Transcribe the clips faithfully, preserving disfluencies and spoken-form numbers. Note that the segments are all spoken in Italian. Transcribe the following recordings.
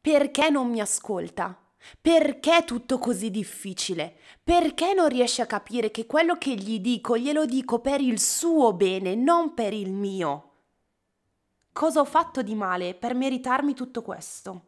Perché non mi ascolta? Perché è tutto così difficile? Perché non riesce a capire che quello che gli dico glielo dico per il suo bene, non per il mio? Cosa ho fatto di male per meritarmi tutto questo?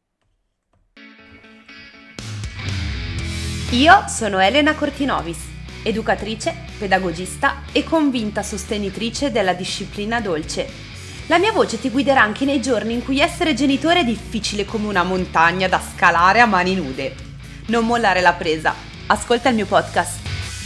Io sono Elena Cortinovis, educatrice, pedagogista e convinta sostenitrice della disciplina dolce. La mia voce ti guiderà anche nei giorni in cui essere genitore è difficile come una montagna da scalare a mani nude. Non mollare la presa. Ascolta il mio podcast.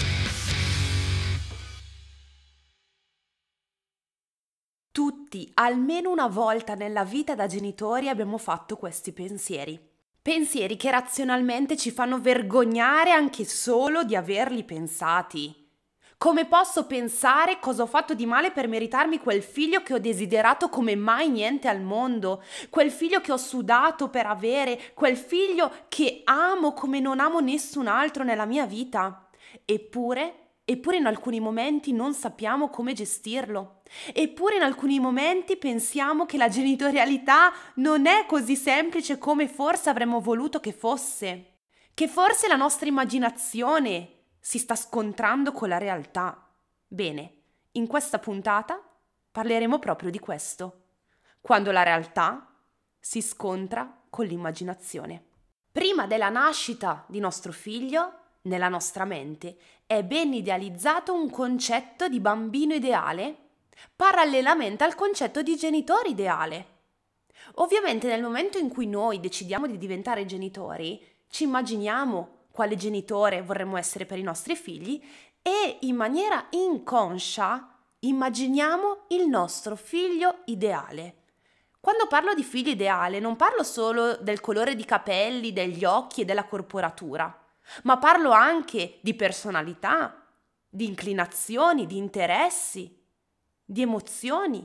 Tutti, almeno una volta nella vita da genitori, abbiamo fatto questi pensieri. Pensieri che razionalmente ci fanno vergognare anche solo di averli pensati. Come posso pensare cosa ho fatto di male per meritarmi quel figlio che ho desiderato come mai niente al mondo, quel figlio che ho sudato per avere, quel figlio che amo come non amo nessun altro nella mia vita? Eppure, eppure in alcuni momenti non sappiamo come gestirlo. Eppure in alcuni momenti pensiamo che la genitorialità non è così semplice come forse avremmo voluto che fosse, che forse la nostra immaginazione si sta scontrando con la realtà. Bene, in questa puntata parleremo proprio di questo, quando la realtà si scontra con l'immaginazione. Prima della nascita di nostro figlio, nella nostra mente, è ben idealizzato un concetto di bambino ideale, parallelamente al concetto di genitore ideale. Ovviamente nel momento in cui noi decidiamo di diventare genitori, ci immaginiamo quale genitore vorremmo essere per i nostri figli e in maniera inconscia immaginiamo il nostro figlio ideale. Quando parlo di figlio ideale non parlo solo del colore di capelli, degli occhi e della corporatura, ma parlo anche di personalità, di inclinazioni, di interessi, di emozioni.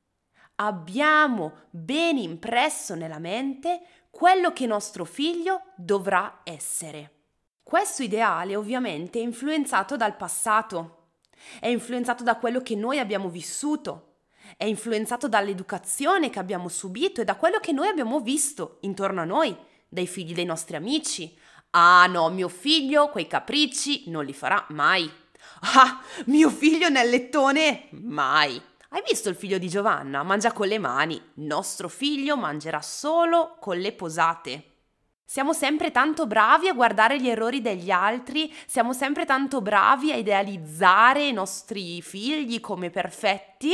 Abbiamo ben impresso nella mente quello che nostro figlio dovrà essere. Questo ideale ovviamente è influenzato dal passato, è influenzato da quello che noi abbiamo vissuto, è influenzato dall'educazione che abbiamo subito e da quello che noi abbiamo visto intorno a noi, dai figli dei nostri amici. Ah no, mio figlio quei capricci non li farà mai. Ah, mio figlio nel lettone? Mai. Hai visto il figlio di Giovanna? Mangia con le mani. Nostro figlio mangerà solo con le posate. Siamo sempre tanto bravi a guardare gli errori degli altri, siamo sempre tanto bravi a idealizzare i nostri figli come perfetti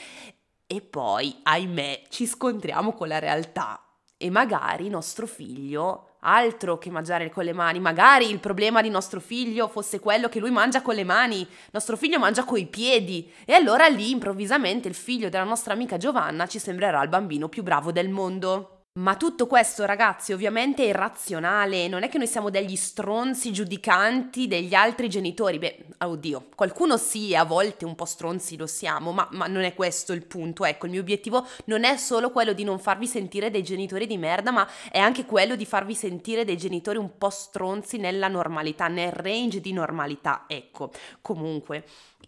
e poi, ahimè, ci scontriamo con la realtà e magari nostro figlio, altro che mangiare con le mani, magari il problema di nostro figlio fosse quello che lui mangia con le mani, nostro figlio mangia coi piedi e allora lì improvvisamente il figlio della nostra amica Giovanna ci sembrerà il bambino più bravo del mondo. Ma tutto questo, ragazzi, ovviamente è irrazionale, non è che noi siamo degli stronzi giudicanti degli altri genitori. Beh, oddio, qualcuno sì, a volte un po' stronzi lo siamo, ma, ma non è questo il punto. Ecco, il mio obiettivo non è solo quello di non farvi sentire dei genitori di merda, ma è anche quello di farvi sentire dei genitori un po' stronzi nella normalità, nel range di normalità, ecco. Comunque,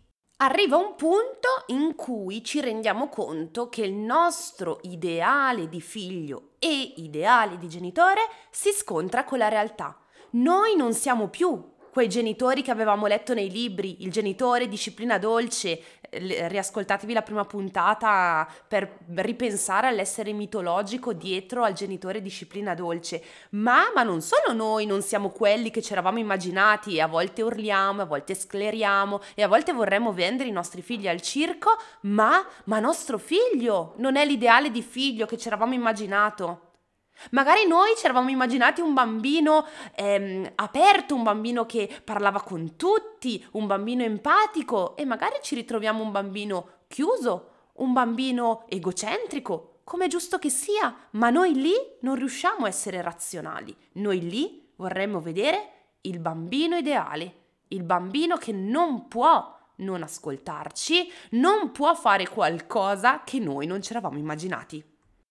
arriva un punto in cui ci rendiamo conto che il nostro ideale di figlio e ideale di genitore si scontra con la realtà. Noi non siamo più quei genitori che avevamo letto nei libri, il genitore disciplina dolce. Riascoltatevi la prima puntata per ripensare all'essere mitologico dietro al genitore disciplina dolce. Ma, ma non solo noi non siamo quelli che ci eravamo immaginati e a volte urliamo, a volte scleriamo e a volte vorremmo vendere i nostri figli al circo, ma, ma nostro figlio non è l'ideale di figlio che ci eravamo immaginato. Magari noi ci eravamo immaginati un bambino ehm, aperto, un bambino che parlava con tutti, un bambino empatico e magari ci ritroviamo un bambino chiuso, un bambino egocentrico, come è giusto che sia, ma noi lì non riusciamo a essere razionali, noi lì vorremmo vedere il bambino ideale, il bambino che non può non ascoltarci, non può fare qualcosa che noi non ci eravamo immaginati.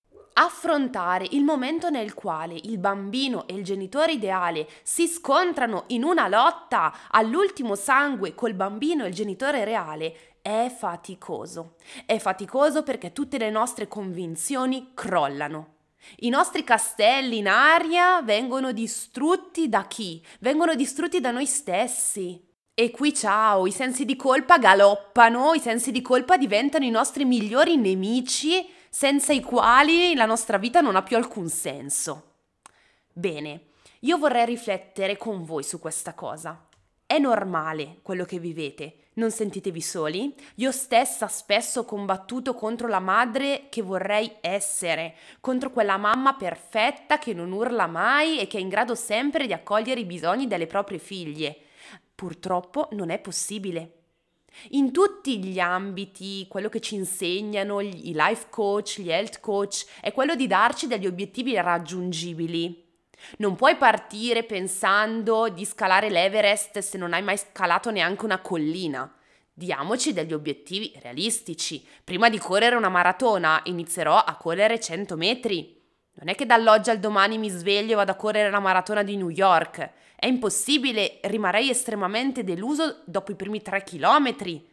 Affrontare il momento nel quale il bambino e il genitore ideale si scontrano in una lotta all'ultimo sangue col bambino e il genitore reale è faticoso. È faticoso perché tutte le nostre convinzioni crollano. I nostri castelli in aria vengono distrutti da chi? Vengono distrutti da noi stessi. E qui ciao, i sensi di colpa galoppano, i sensi di colpa diventano i nostri migliori nemici, senza i quali la nostra vita non ha più alcun senso. Bene, io vorrei riflettere con voi su questa cosa. È normale quello che vivete, non sentitevi soli? Io stessa spesso ho combattuto contro la madre che vorrei essere, contro quella mamma perfetta che non urla mai e che è in grado sempre di accogliere i bisogni delle proprie figlie. Purtroppo non è possibile. In tutti gli ambiti, quello che ci insegnano i life coach, gli health coach, è quello di darci degli obiettivi raggiungibili. Non puoi partire pensando di scalare l'Everest se non hai mai scalato neanche una collina. Diamoci degli obiettivi realistici. Prima di correre una maratona inizierò a correre cento metri. Non è che dall'oggi al domani mi sveglio e vado a correre la maratona di New York. È impossibile, rimarrei estremamente deluso dopo i primi tre chilometri.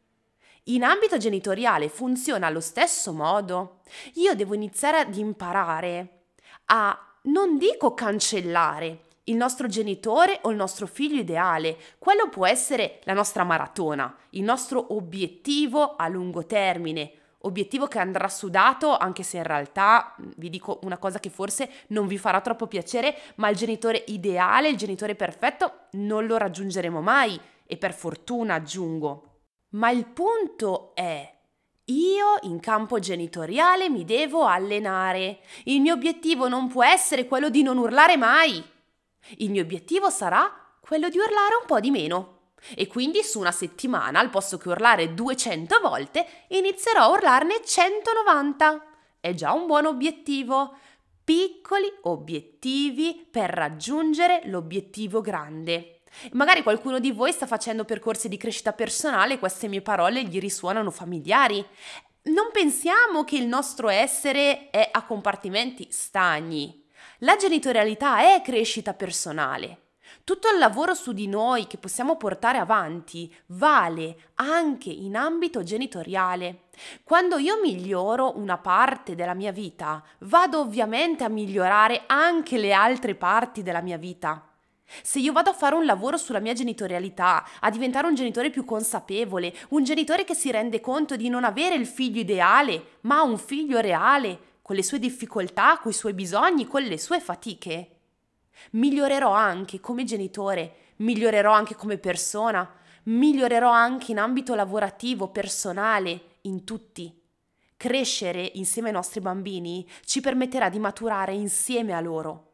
In ambito genitoriale funziona allo stesso modo. Io devo iniziare ad imparare a, non dico cancellare, il nostro genitore o il nostro figlio ideale. Quello può essere la nostra maratona, il nostro obiettivo a lungo termine. Obiettivo che andrà sudato, anche se in realtà vi dico una cosa che forse non vi farà troppo piacere, ma il genitore ideale, il genitore perfetto, non lo raggiungeremo mai, e per fortuna aggiungo. Ma il punto è, io in campo genitoriale mi devo allenare. Il mio obiettivo non può essere quello di non urlare mai. Il mio obiettivo sarà quello di urlare un po' di meno. E quindi su una settimana, al posto che urlare duecento volte, inizierò a urlarne centonovanta. È già un buon obiettivo. Piccoli obiettivi per raggiungere l'obiettivo grande. Magari qualcuno di voi sta facendo percorsi di crescita personale e queste mie parole gli risuonano familiari. Non pensiamo che il nostro essere è a compartimenti stagni. La genitorialità è crescita personale. Tutto il lavoro su di noi che possiamo portare avanti vale anche in ambito genitoriale. Quando io miglioro una parte della mia vita, vado ovviamente a migliorare anche le altre parti della mia vita. Se io vado a fare un lavoro sulla mia genitorialità, a diventare un genitore più consapevole, un genitore che si rende conto di non avere il figlio ideale, ma un figlio reale, con le sue difficoltà, con i suoi bisogni, con le sue fatiche, migliorerò anche come genitore, migliorerò anche come persona, migliorerò anche in ambito lavorativo, personale, in tutti. Crescere insieme ai nostri bambini ci permetterà di maturare insieme a loro.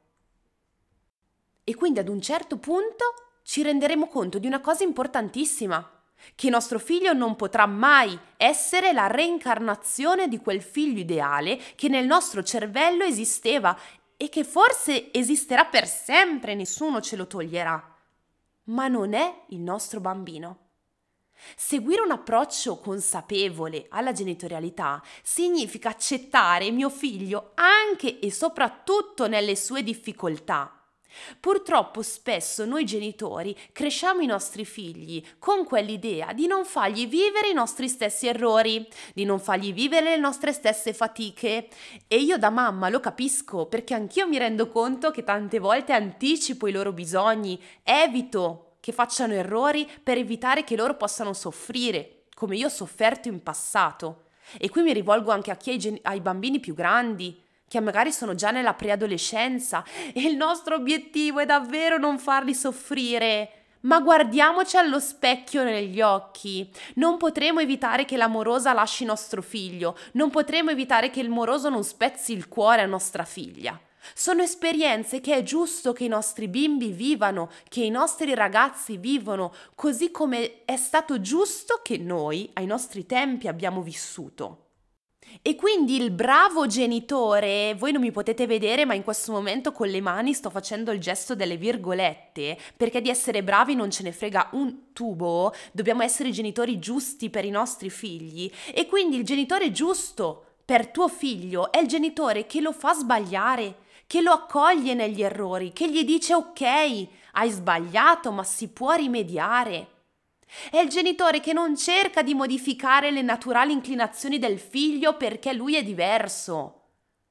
E quindi ad un certo punto ci renderemo conto di una cosa importantissima, che nostro figlio non potrà mai essere la reincarnazione di quel figlio ideale che nel nostro cervello esisteva e che forse esisterà per sempre, nessuno ce lo toglierà, ma non è il nostro bambino. Seguire un approccio consapevole alla genitorialità significa accettare mio figlio anche e soprattutto nelle sue difficoltà. Purtroppo spesso noi genitori cresciamo i nostri figli con quell'idea di non fargli vivere i nostri stessi errori, di non fargli vivere le nostre stesse fatiche, e io da mamma lo capisco perché anch'io mi rendo conto che tante volte anticipo i loro bisogni, evito che facciano errori per evitare che loro possano soffrire, come io ho sofferto in passato. E qui mi rivolgo anche a chi ai, gen- ai bambini più grandi, che magari sono già nella preadolescenza, e il nostro obiettivo è davvero non farli soffrire. Ma guardiamoci allo specchio negli occhi. Non potremo evitare che l'amorosa lasci nostro figlio, non potremo evitare che il moroso non spezzi il cuore a nostra figlia. Sono esperienze che è giusto che i nostri bimbi vivano, che i nostri ragazzi vivono, così come è stato giusto che noi, ai nostri tempi, abbiamo vissuto. E quindi il bravo genitore, voi non mi potete vedere, ma in questo momento con le mani sto facendo il gesto delle virgolette, perché di essere bravi non ce ne frega un tubo, dobbiamo essere i genitori giusti per i nostri figli. E quindi il genitore giusto per tuo figlio è il genitore che lo fa sbagliare, che lo accoglie negli errori, che gli dice ok, hai sbagliato, ma si può rimediare. È il genitore che non cerca di modificare le naturali inclinazioni del figlio perché lui è diverso.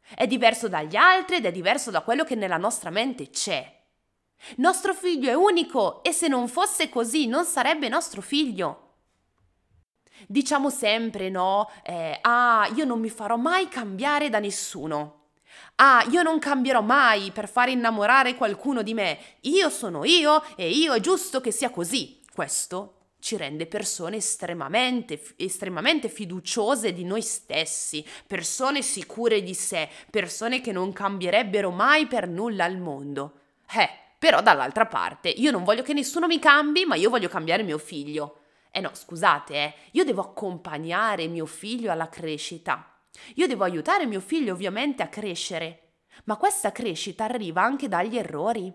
È diverso dagli altri ed è diverso da quello che nella nostra mente c'è. Nostro figlio è unico e se non fosse così non sarebbe nostro figlio. Diciamo sempre, no? Eh, ah, io non mi farò mai cambiare da nessuno. Ah, io non cambierò mai per fare innamorare qualcuno di me. Io sono io e io è giusto che sia così. Questo ci rende persone estremamente, estremamente fiduciose di noi stessi, persone sicure di sé, persone che non cambierebbero mai per nulla al mondo. Eh, però dall'altra parte, io non voglio che nessuno mi cambi, ma io voglio cambiare mio figlio. Eh no, scusate, eh, io devo accompagnare mio figlio alla crescita. Io devo aiutare mio figlio ovviamente a crescere, ma questa crescita arriva anche dagli errori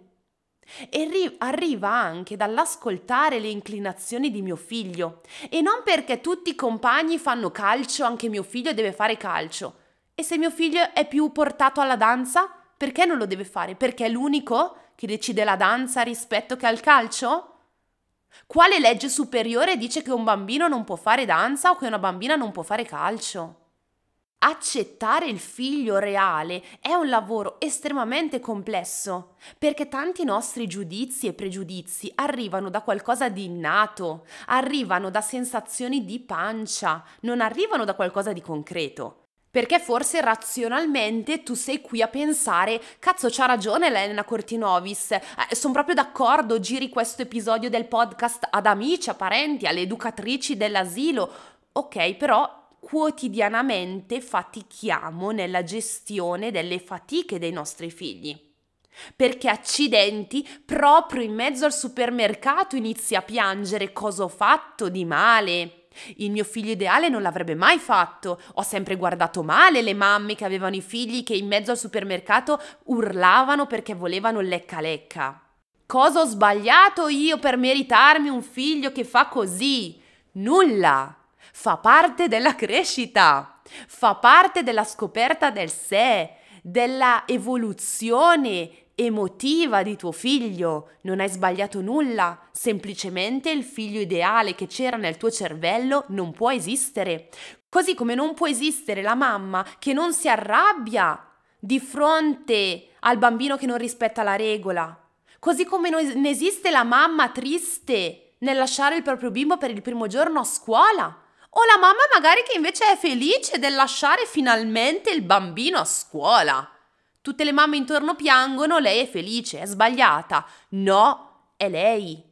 e ri- arriva anche dall'ascoltare le inclinazioni di mio figlio e non perché tutti i compagni fanno calcio, anche mio figlio deve fare calcio. E se mio figlio è più portato alla danza, perché non lo deve fare? Perché è l'unico che decide la danza rispetto che al calcio? Quale legge superiore dice che un bambino non può fare danza o che una bambina non può fare calcio? Accettare il figlio reale è un lavoro estremamente complesso, perché tanti nostri giudizi e pregiudizi arrivano da qualcosa di innato, arrivano da sensazioni di pancia, non arrivano da qualcosa di concreto. Perché forse razionalmente tu sei qui a pensare, cazzo c'ha ragione Elena Cortinovis, eh, sono proprio d'accordo, giri questo episodio del podcast ad amici, a parenti, alle educatrici dell'asilo. Ok, però quotidianamente fatichiamo nella gestione delle fatiche dei nostri figli. Perché accidenti, proprio in mezzo al supermercato inizi a piangere cosa ho fatto di male. Il mio figlio ideale non l'avrebbe mai fatto. Ho sempre guardato male le mamme che avevano i figli che in mezzo al supermercato urlavano perché volevano il lecca lecca. Cosa ho sbagliato io per meritarmi un figlio che fa così? Nulla! Fa parte della crescita, fa parte della scoperta del sé, della evoluzione emotiva di tuo figlio. Non hai sbagliato nulla, semplicemente il figlio ideale che c'era nel tuo cervello non può esistere. Così come non può esistere la mamma che non si arrabbia di fronte al bambino che non rispetta la regola. Così come non esiste la mamma triste nel lasciare il proprio bimbo per il primo giorno a scuola. O la mamma magari che invece è felice del lasciare finalmente il bambino a scuola. Tutte le mamme intorno piangono, lei è felice, è sbagliata. No, è lei.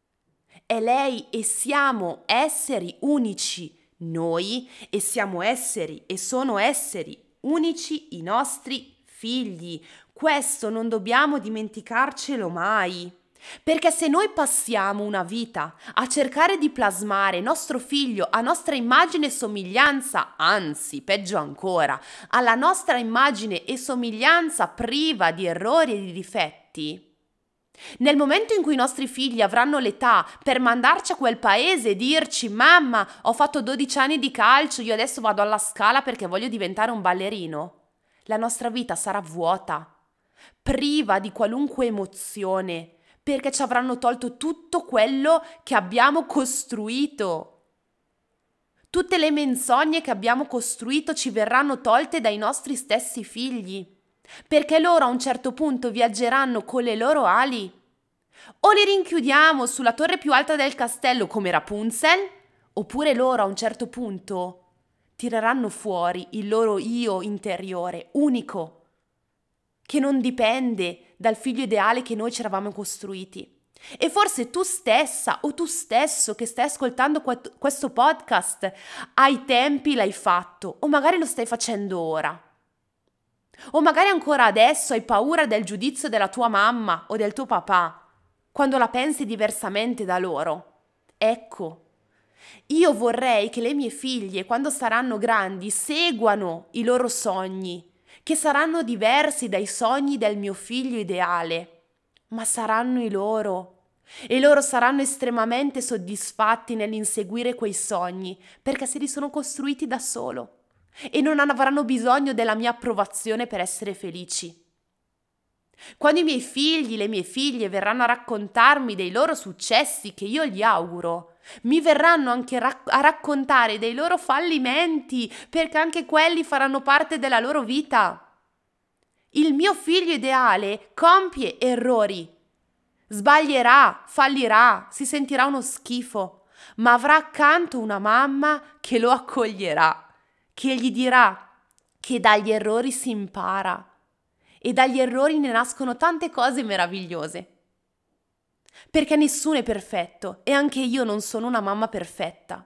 È lei e siamo esseri unici noi e siamo esseri e sono esseri unici i nostri figli. Questo non dobbiamo dimenticarcelo mai. Perché se noi passiamo una vita a cercare di plasmare nostro figlio a nostra immagine e somiglianza, anzi, peggio ancora, alla nostra immagine e somiglianza priva di errori e di difetti, nel momento in cui i nostri figli avranno l'età per mandarci a quel paese e dirci «Mamma, ho fatto dodici anni di calcio, io adesso vado alla Scala perché voglio diventare un ballerino», la nostra vita sarà vuota, priva di qualunque emozione, perché ci avranno tolto tutto quello che abbiamo costruito. Tutte le menzogne che abbiamo costruito ci verranno tolte dai nostri stessi figli, perché loro a un certo punto viaggeranno con le loro ali. O li rinchiudiamo sulla torre più alta del castello come Rapunzel, oppure loro a un certo punto tireranno fuori il loro io interiore, unico, che non dipende dal figlio ideale che noi ci eravamo costruiti. E forse tu stessa o tu stesso che stai ascoltando questo podcast ai tempi l'hai fatto, o magari lo stai facendo ora. O magari ancora adesso hai paura del giudizio della tua mamma o del tuo papà, quando la pensi diversamente da loro. Ecco, io vorrei che le mie figlie, quando saranno grandi, seguano i loro sogni, che saranno diversi dai sogni del mio figlio ideale, ma saranno i loro. E loro saranno estremamente soddisfatti nell'inseguire quei sogni, perché se li sono costruiti da solo e non avranno bisogno della mia approvazione per essere felici. Quando i miei figli, le mie figlie verranno a raccontarmi dei loro successi, che io gli auguro, mi verranno anche rac- a raccontare dei loro fallimenti, perché anche quelli faranno parte della loro vita. Il mio figlio ideale compie errori, sbaglierà, fallirà, si sentirà uno schifo, ma avrà accanto una mamma che lo accoglierà, che gli dirà che dagli errori si impara e dagli errori ne nascono tante cose meravigliose. Perché nessuno è perfetto e anche io non sono una mamma perfetta.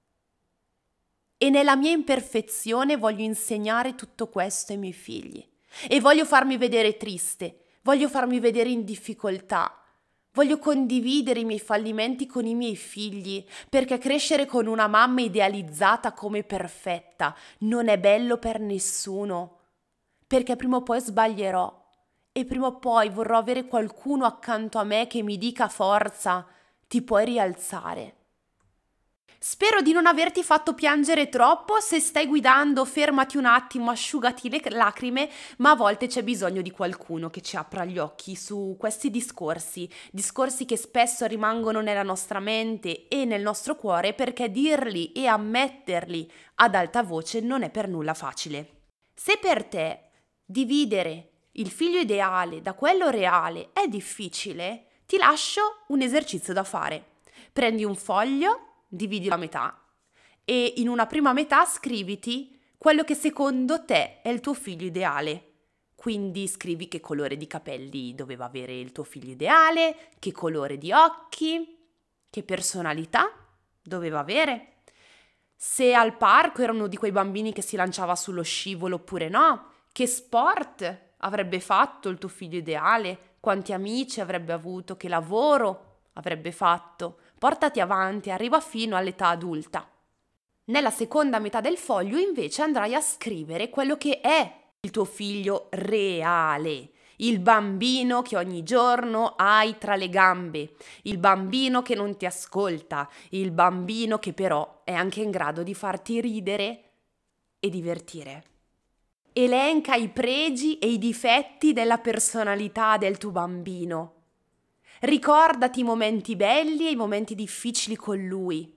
E nella mia imperfezione voglio insegnare tutto questo ai miei figli. E voglio farmi vedere triste, voglio farmi vedere in difficoltà, voglio condividere i miei fallimenti con i miei figli, perché crescere con una mamma idealizzata come perfetta non è bello per nessuno, perché prima o poi sbaglierò e prima o poi vorrò avere qualcuno accanto a me che mi dica forza, ti puoi rialzare. Spero di non averti fatto piangere troppo. Se stai guidando, fermati un attimo, asciugati le lacrime, ma a volte c'è bisogno di qualcuno che ci apra gli occhi su questi discorsi, discorsi che spesso rimangono nella nostra mente e nel nostro cuore, perché dirli e ammetterli ad alta voce non è per nulla facile. Se per te dividere il figlio ideale da quello reale è difficile, ti lascio un esercizio da fare. Prendi un foglio, dividi la metà e in una prima metà scriviti quello che secondo te è il tuo figlio ideale. Quindi scrivi che colore di capelli doveva avere il tuo figlio ideale, che colore di occhi, che personalità doveva avere, se al parco era uno di quei bambini che si lanciava sullo scivolo oppure no, che sport avrebbe fatto il tuo figlio ideale, quanti amici avrebbe avuto, che lavoro avrebbe fatto. Portati avanti, arriva fino all'età adulta. Nella seconda metà del foglio invece andrai a scrivere quello che è il tuo figlio reale, il bambino che ogni giorno hai tra le gambe, il bambino che non ti ascolta, il bambino che però è anche in grado di farti ridere e divertire. Elenca i pregi e i difetti della personalità del tuo bambino. Ricordati i momenti belli e i momenti difficili con lui.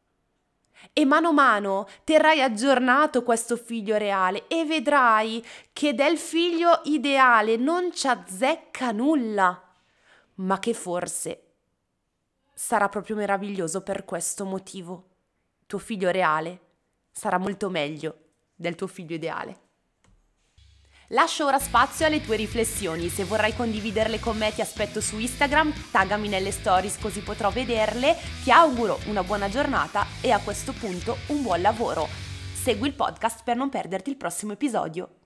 E mano a mano terrai aggiornato questo figlio reale e vedrai che del figlio ideale non ci azzecca nulla, ma che forse sarà proprio meraviglioso per questo motivo. Tuo figlio reale sarà molto meglio del tuo figlio ideale. Lascio ora spazio alle tue riflessioni. Se vorrai condividerle con me ti aspetto su Instagram, taggami nelle stories così potrò vederle. Ti auguro una buona giornata e a questo punto un buon lavoro. Segui il podcast per non perderti il prossimo episodio.